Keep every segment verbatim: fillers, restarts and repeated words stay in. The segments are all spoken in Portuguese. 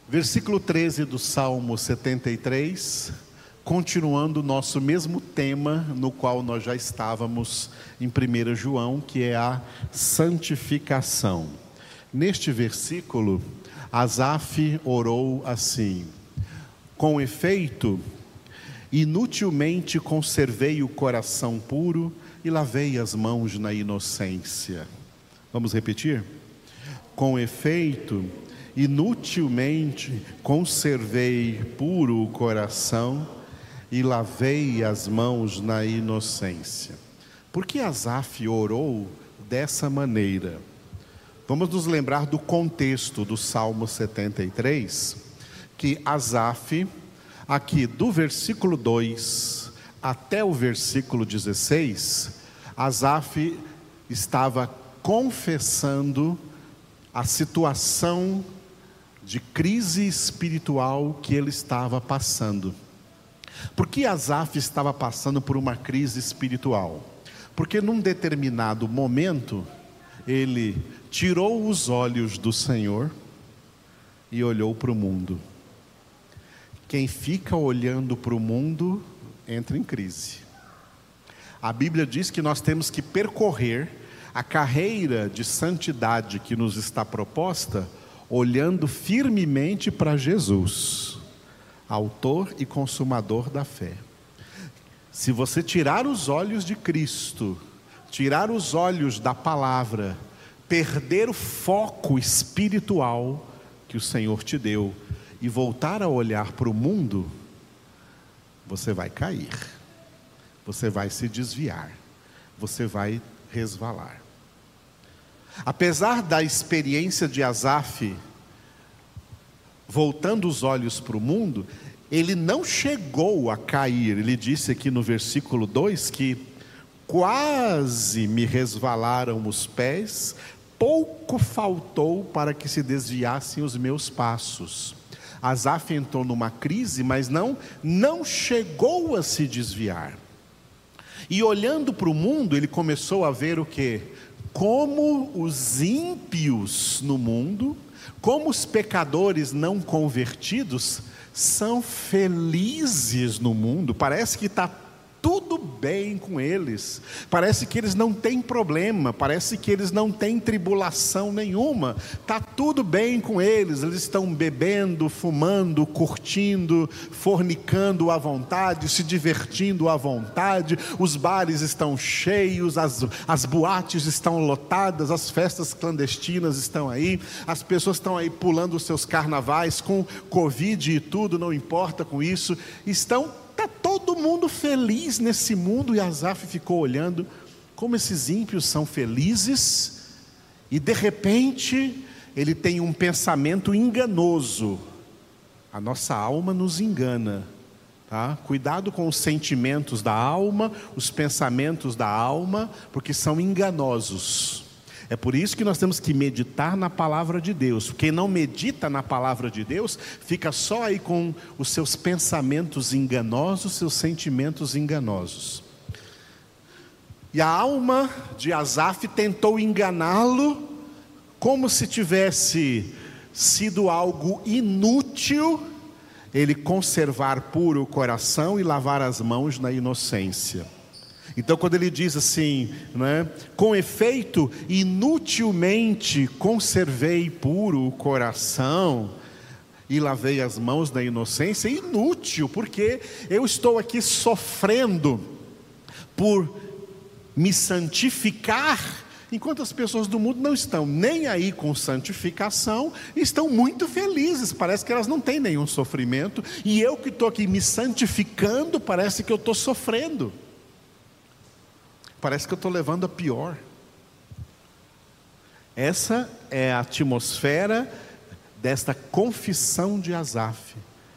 Versículo treze do Salmo setenta e três, continuando o nosso mesmo tema no qual nós já estávamos em primeiro João, que é a santificação. Neste versículo, Asaf orou assim: com efeito, inutilmente conservei o coração puro e lavei as mãos na inocência. Vamos repetir? Com efeito, inutilmente conservei puro o coração e lavei as mãos na inocência. Por que Asaf orou dessa maneira? Vamos nos lembrar do contexto do Salmo setenta e três, que Asaf, aqui do versículo dois até o versículo dezesseis, Asaf estava confessando a situação de crise espiritual que ele estava passando. Por que Asaf estava passando por uma crise espiritual? Porque num determinado momento, ele tirou os olhos do Senhor e olhou para o mundo. Quem fica olhando para o mundo, entra em crise. A Bíblia diz que nós temos que percorrer a carreira de santidade que nos está proposta, olhando firmemente para Jesus, autor e consumador da fé. Se você tirar os olhos de Cristo, tirar os olhos da palavra, perder o foco espiritual que o Senhor te deu e voltar a olhar para o mundo, você vai cair, você vai se desviar, você vai resvalar. Apesar da experiência de Asaf, voltando os olhos para o mundo, ele não chegou a cair. Ele disse aqui no versículo dois que quase me resvalaram os pés, pouco faltou para que se desviassem os meus passos. Asaf entrou numa crise, mas não, não chegou a se desviar. E olhando para o mundo, ele começou a ver o quê? Como os ímpios no mundo, como os pecadores não convertidos são felizes no mundo. Parece que está tudo bem com eles, parece que eles não têm problema, parece que eles não têm tribulação nenhuma, está tudo bem com eles, eles estão bebendo, fumando, curtindo, fornicando à vontade, se divertindo à vontade, os bares estão cheios, as, as boates estão lotadas, as festas clandestinas estão aí, as pessoas estão aí pulando os seus carnavais com Covid e tudo, não importa com isso, estão... Está todo mundo feliz nesse mundo. E Asaf ficou olhando como esses ímpios são felizes, e de repente ele tem um pensamento enganoso. A nossa alma nos engana, tá? Cuidado com os sentimentos da alma, os pensamentos da alma, porque são enganosos. É por isso que nós temos que meditar na palavra de Deus. Quem não medita na palavra de Deus, fica só aí com os seus pensamentos enganosos, seus sentimentos enganosos. E a alma de Asaf tentou enganá-lo, como se tivesse sido algo inútil ele conservar puro o coração e lavar as mãos na inocência. Então quando ele diz assim, né, com efeito, inutilmente conservei puro o coração e lavei as mãos na inocência, inútil, porque eu estou aqui sofrendo por me santificar, enquanto as pessoas do mundo não estão nem aí com santificação, estão muito felizes, parece que elas não têm nenhum sofrimento, e eu que estou aqui me santificando, parece que eu estou sofrendo. Parece que eu estou levando a pior. Essa é a atmosfera desta confissão de Asaf.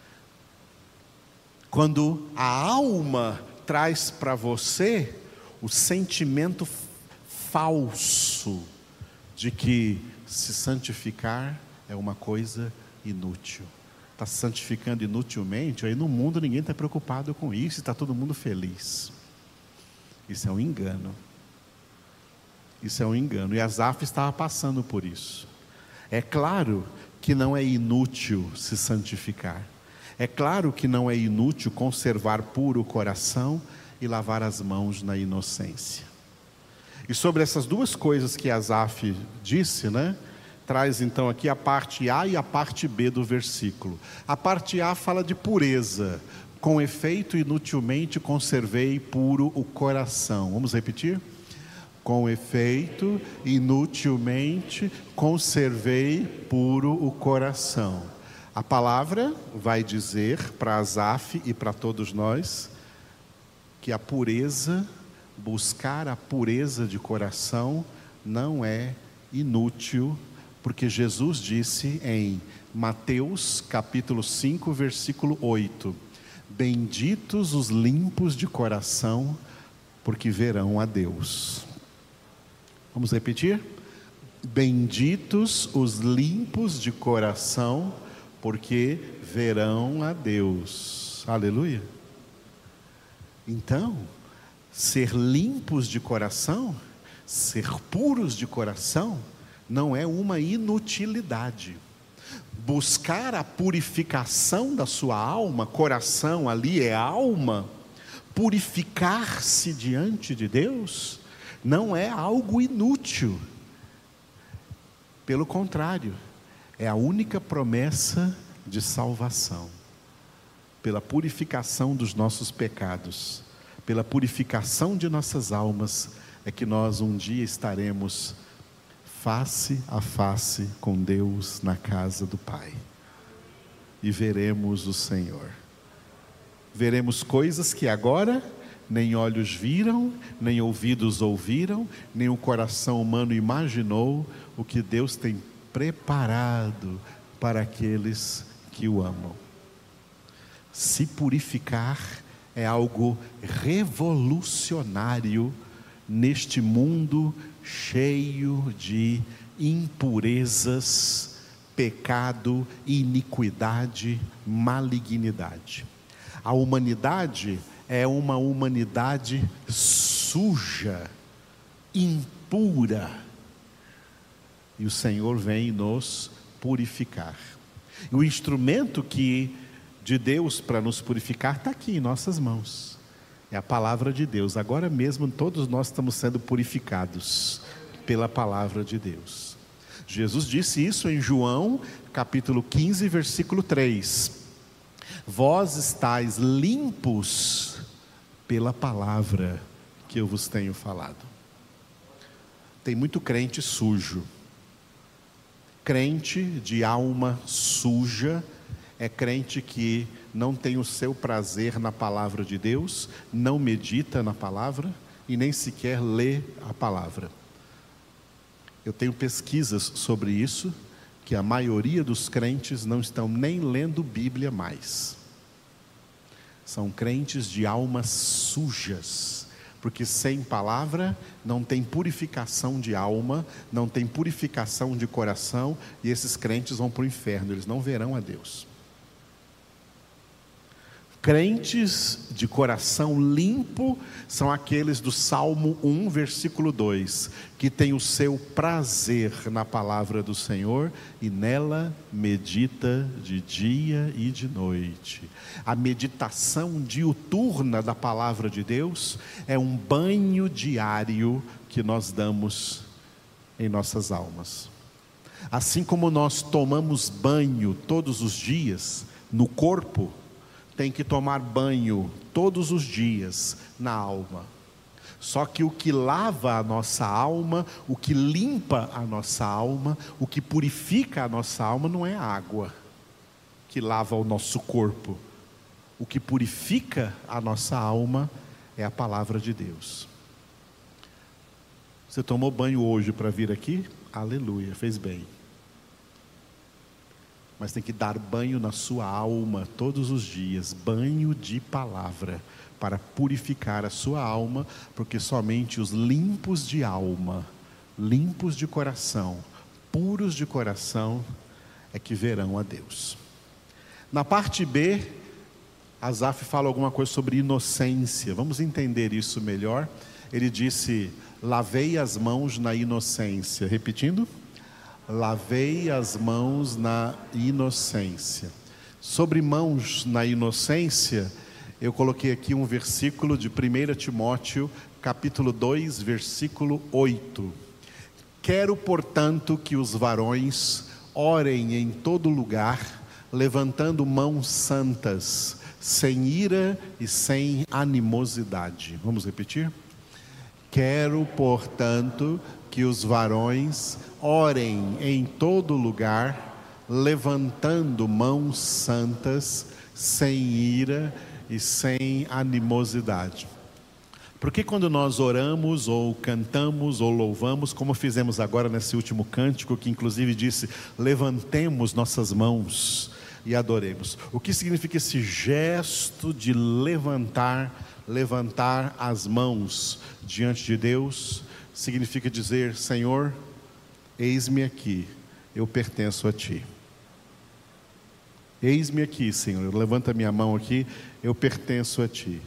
Quando a alma traz para você o sentimento falso de que se santificar é uma coisa inútil. Está se santificando inutilmente, aí no mundo ninguém está preocupado com isso, está todo mundo feliz. Isso é um engano. Isso é um engano. E Asaf estava passando por isso. É claro que não é inútil se santificar. É claro que não é inútil conservar puro o coração e lavar as mãos na inocência. E sobre essas duas coisas que Asaf disse, né? Traz então aqui a parte A e a parte B do versículo. A parte A fala de pureza. Com efeito, inutilmente conservei puro o coração. Vamos repetir? Com efeito, inutilmente conservei puro o coração. A palavra vai dizer para Asaf e para todos nós que a pureza, buscar a pureza de coração não é inútil, porque Jesus disse em Mateus capítulo cinco, versículo oito: benditos os limpos de coração, porque verão a Deus. Vamos repetir? Benditos os limpos de coração, porque verão a Deus. Aleluia. Então, ser limpos de coração, ser puros de coração, não é uma inutilidade. Buscar a purificação da sua alma, coração ali é alma, purificar-se diante de Deus, não é algo inútil. Pelo contrário, é a única promessa de salvação. Pela purificação dos nossos pecados, pela purificação de nossas almas, é que nós um dia estaremos face a face com Deus na casa do Pai, e veremos o Senhor. Veremos coisas que agora nem olhos viram, nem ouvidos ouviram, nem o coração humano imaginou o que Deus tem preparado para aqueles que o amam. Se purificar é algo revolucionário neste mundo cheio de impurezas, pecado, iniquidade, malignidade. A humanidade é uma humanidade suja, impura, e o Senhor vem nos purificar. E o instrumento que de Deus para nos purificar está aqui em nossas mãos, é a palavra de Deus. Agora mesmo todos nós estamos sendo purificados pela palavra de Deus. Jesus disse isso em João capítulo quinze, versículo três: vós estáis limpos pela palavra que eu vos tenho falado. Tem muito crente sujo. Crente de alma suja é crente que não tem o seu prazer na palavra de Deus, não medita na palavra e nem sequer lê a palavra. Eu tenho pesquisas sobre isso, que a maioria dos crentes não estão nem lendo Bíblia mais. São crentes de almas sujas, porque sem palavra não tem purificação de alma, não tem purificação de coração, e esses crentes vão para o inferno, eles não verão a Deus. Crentes de coração limpo são aqueles do Salmo um, versículo dois, que tem o seu prazer na palavra do Senhor e nela medita de dia e de noite. A meditação diuturna da palavra de Deus é um banho diário que nós damos em nossas almas. Assim como nós tomamos banho todos os dias no corpo, tem que tomar banho todos os dias na alma. Só que o que lava a nossa alma, o que limpa a nossa alma, o que purifica a nossa alma não é a água que lava o nosso corpo. O que purifica a nossa alma é a palavra de Deus. Você tomou banho hoje para vir aqui? Aleluia, fez bem. Mas tem que dar banho na sua alma todos os dias, banho de palavra, para purificar a sua alma, porque somente os limpos de alma, limpos de coração, puros de coração, é que verão a Deus. Na parte B, Asaf fala alguma coisa sobre inocência. Vamos entender isso melhor. Ele disse: lavei as mãos na inocência. Repetindo: lavei as mãos na inocência. Sobre mãos na inocência, eu coloquei aqui um versículo de primeira Timóteo, capítulo dois, versículo oito. Quero, portanto, que os varões orem em todo lugar, levantando mãos santas, sem ira e sem animosidade. Vamos repetir? Quero, portanto, que os varões orem em todo lugar, levantando mãos santas, sem ira e sem animosidade. Porque quando nós oramos, ou cantamos, ou louvamos, como fizemos agora nesse último cântico, que inclusive disse, levantemos nossas mãos e adoremos. O que significa esse gesto de levantar, levantar as mãos diante de Deus? Significa dizer, Senhor, eis-me aqui, eu pertenço a Ti. Eis-me aqui, Senhor, levanta minha mão aqui, eu pertenço a Ti.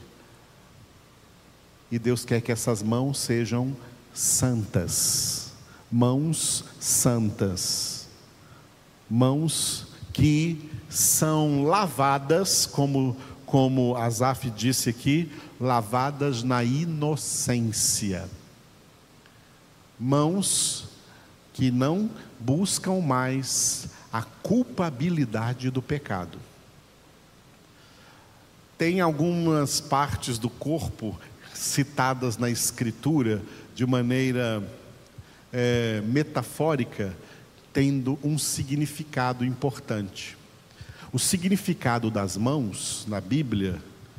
E Deus quer que essas mãos sejam santas, mãos santas, mãos que são lavadas, como, como Asaf disse aqui, lavadas na inocência, mãos que não buscam mais a culpabilidade do pecado. Tem algumas partes do corpo citadas na Escritura de maneira é, metafórica, tendo um significado importante. O significado das mãos na Bíblia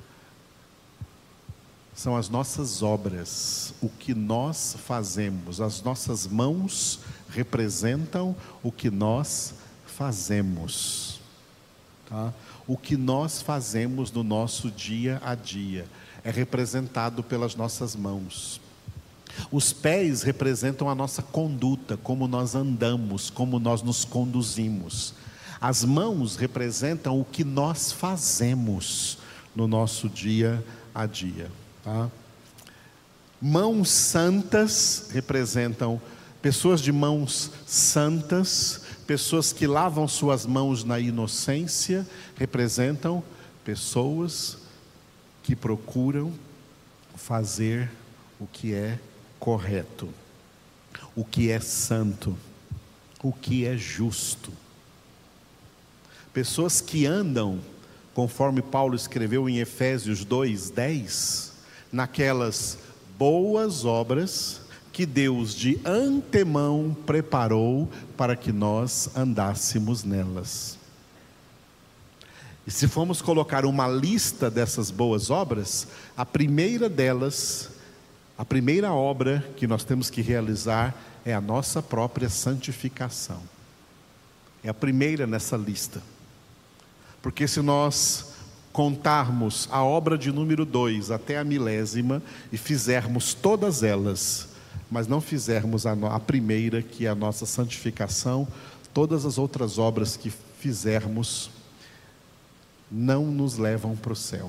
são as nossas obras, o que nós fazemos. As nossas mãos representam o que nós fazemos, tá? O que nós fazemos no nosso dia a dia é representado pelas nossas mãos. Os pés representam a nossa conduta, como nós andamos, como nós nos conduzimos. As mãos representam o que nós fazemos no nosso dia a dia, tá? Mãos santas representam pessoas de mãos santas, pessoas que lavam suas mãos na inocência, representam pessoas que procuram fazer o que é correto, o que é santo, o que é justo. Pessoas que andam, conforme Paulo escreveu em Efésios dois, dez, naquelas boas obras que Deus de antemão preparou para que nós andássemos nelas. E se formos colocar uma lista dessas boas obras, a primeira delas, a primeira obra que nós temos que realizar é a nossa própria santificação. É a primeira nessa lista. Porque se nós contarmos a obra de número dois até a milésima e fizermos todas elas, mas não fizermos a, a primeira, que é a nossa santificação, todas as outras obras que fizermos não nos levam para o céu,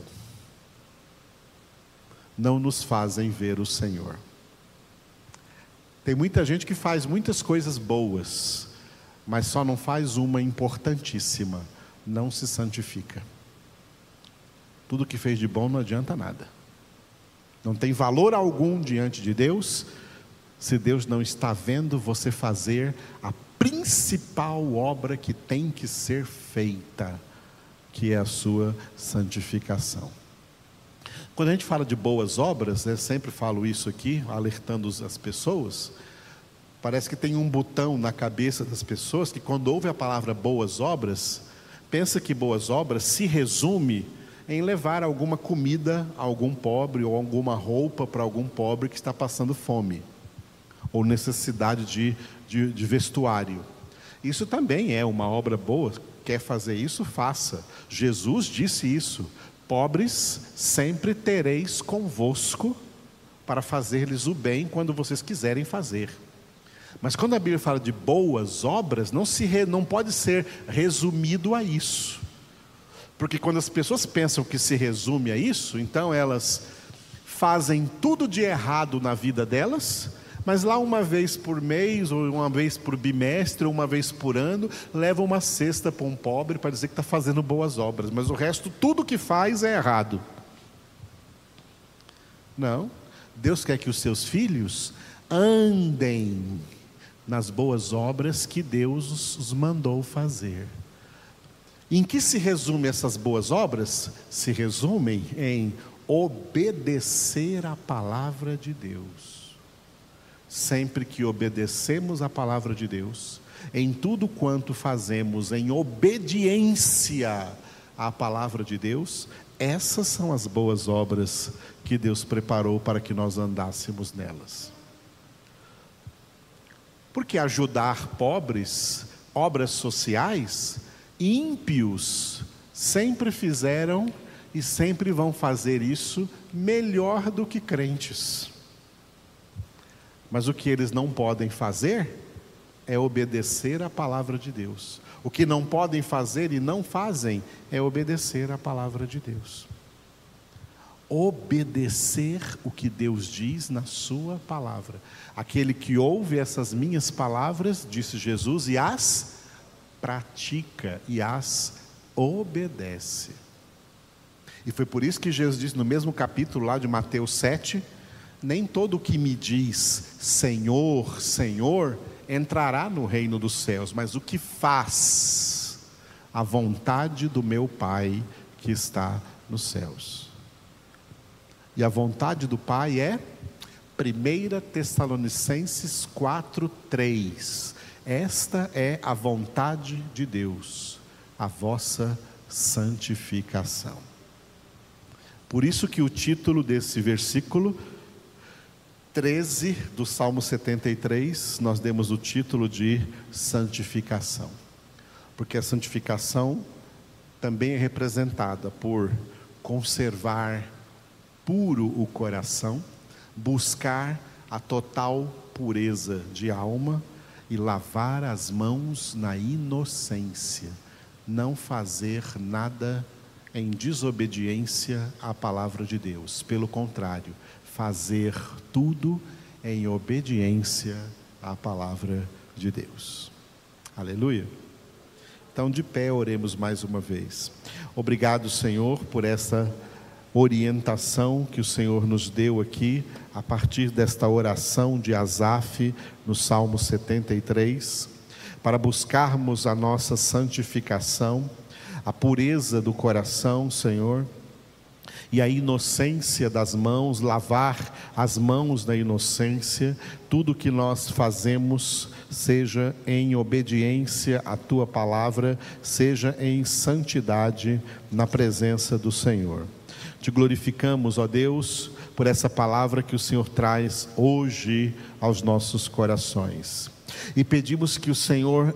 não nos fazem ver o Senhor. Tem muita gente que faz muitas coisas boas, mas só não faz uma importantíssima: não se santifica. Tudo que fez de bom não adianta nada, não tem valor algum diante de Deus, se Deus não está vendo você fazer a principal obra que tem que ser feita, que é a sua santificação. Quando a gente fala de boas obras, eu sempre falo isso aqui, alertando as pessoas, parece que tem um botão na cabeça das pessoas, que quando ouve a palavra boas obras, pensa que boas obras se resume em levar alguma comida a algum pobre, ou alguma roupa para algum pobre que está passando fome, ou necessidade de, de, de vestuário. Isso também é uma obra boa. Quer fazer isso, faça. Jesus disse isso: pobres sempre tereis convosco para fazer-lhes o bem quando vocês quiserem fazer. Mas quando a Bíblia fala de boas obras, não, se re, não pode ser resumido a isso. Porque quando as pessoas pensam que se resume a isso, então elas fazem tudo de errado na vida delas, Mas lá uma vez por mês, ou uma vez por bimestre, ou uma vez por ano, leva uma cesta para um pobre para dizer que está fazendo boas obras, mas o resto, tudo que faz é errado. Não, Deus quer que os seus filhos andem nas boas obras que Deus os mandou fazer. Em que se resume essas boas obras? Se resumem em obedecer a palavra de Deus. Sempre que obedecemos a palavra de Deus, em tudo quanto fazemos em obediência à palavra de Deus, essas são as boas obras que Deus preparou para que nós andássemos nelas. Porque ajudar pobres, obras sociais, ímpios sempre fizeram e sempre vão fazer isso melhor do que crentes. Mas o que eles não podem fazer é obedecer à palavra de Deus. O que não podem fazer e não fazem é obedecer à palavra de Deus. Obedecer o que Deus diz na sua palavra. Aquele que ouve essas minhas palavras, disse Jesus, e as pratica e as obedece. E foi por isso que Jesus disse no mesmo capítulo lá de Mateus sete, nem todo o que me diz Senhor, Senhor, entrará no reino dos céus, mas o que faz a vontade do meu Pai que está nos céus. E a vontade do Pai é primeira Tessalonicenses quatro, três. Esta é a vontade de Deus, a vossa santificação. Por isso que o título desse versículo treze do Salmo setenta e três, nós demos o título de santificação. Porque a santificação também é representada por conservar puro o coração, buscar a total pureza de alma e lavar as mãos na inocência, não fazer nada em desobediência à palavra de Deus, pelo contrário, fazer tudo em obediência à palavra de Deus. Aleluia. Então, de pé, oremos mais uma vez. Obrigado, Senhor, por essa orientação que o Senhor nos deu aqui, a partir desta oração de Asaf, no Salmo setenta e três, para buscarmos a nossa santificação, a pureza do coração, Senhor, e a inocência das mãos, lavar as mãos na inocência, tudo que nós fazemos, seja em obediência à Tua palavra, seja em santidade na presença do Senhor. Te glorificamos, ó Deus, por essa palavra que o Senhor traz hoje aos nossos corações. E pedimos que o Senhor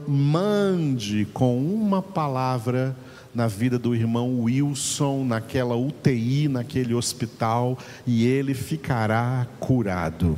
mande com uma palavra na vida do irmão Wilson, naquela U T I, naquele hospital, e ele ficará curado.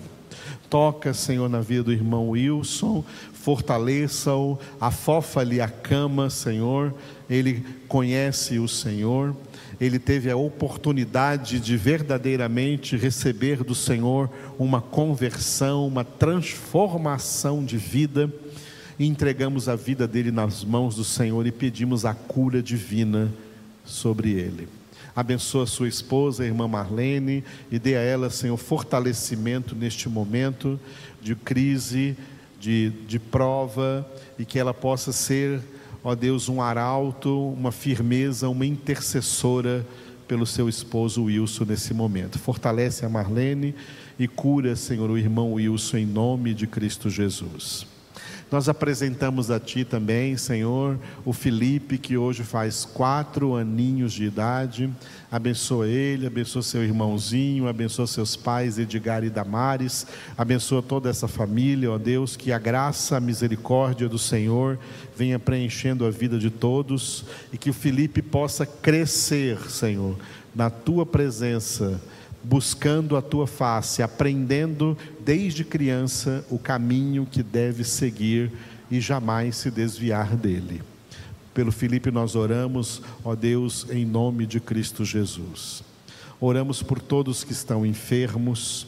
Toca, Senhor, na vida do irmão Wilson, fortaleça-o, afofa-lhe a cama, Senhor. Ele conhece o Senhor, ele teve a oportunidade de verdadeiramente receber do Senhor uma conversão, uma transformação de vida. E entregamos a vida dele nas mãos do Senhor e pedimos a cura divina sobre ele. Abençoa a sua esposa, a irmã Marlene, e dê a ela, Senhor, fortalecimento neste momento de crise, de, de prova, e que ela possa ser, ó Deus, um arauto, uma firmeza, uma intercessora pelo seu esposo Wilson nesse momento. Fortalece a Marlene e cura, Senhor, o irmão Wilson, em nome de Cristo Jesus. Nós apresentamos a Ti também, Senhor, o Felipe, que hoje faz quatro aninhos de idade. Abençoa ele, abençoa seu irmãozinho, abençoa seus pais, Edgar e Damares. Abençoa toda essa família, ó Deus, que a graça, a misericórdia do Senhor venha preenchendo a vida de todos. E que o Felipe possa crescer, Senhor, na Tua presença, buscando a Tua face, aprendendo desde criança o caminho que deve seguir e jamais se desviar dele. Pelo Felipe nós oramos, ó Deus, em nome de Cristo Jesus. Oramos por todos que estão enfermos,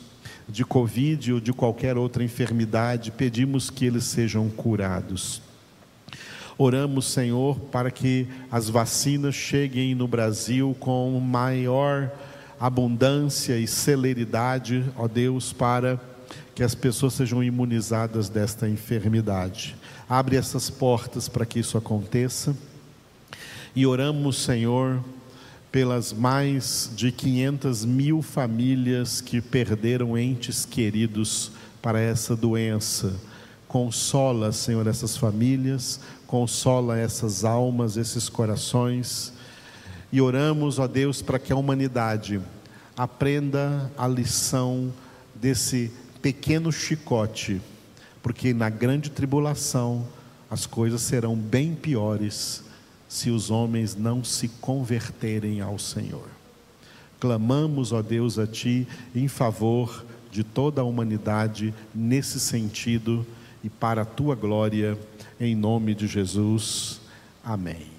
de Covid ou de qualquer outra enfermidade, pedimos que eles sejam curados. Oramos, Senhor, para que as vacinas cheguem no Brasil com maior abundância e celeridade, ó Deus, para que as pessoas sejam imunizadas desta enfermidade. Abre essas portas para que isso aconteça. E oramos, Senhor, pelas mais de quinhentas mil famílias que perderam entes queridos para essa doença. Consola, Senhor, essas famílias, consola essas almas, esses corações. E oramos, ó Deus, para que a humanidade aprenda a lição desse pequeno chicote, porque na grande tribulação as coisas serão bem piores se os homens não se converterem ao Senhor. Clamamos, ó Deus, a Ti em favor de toda a humanidade nesse sentido e para a Tua glória, em nome de Jesus. Amém.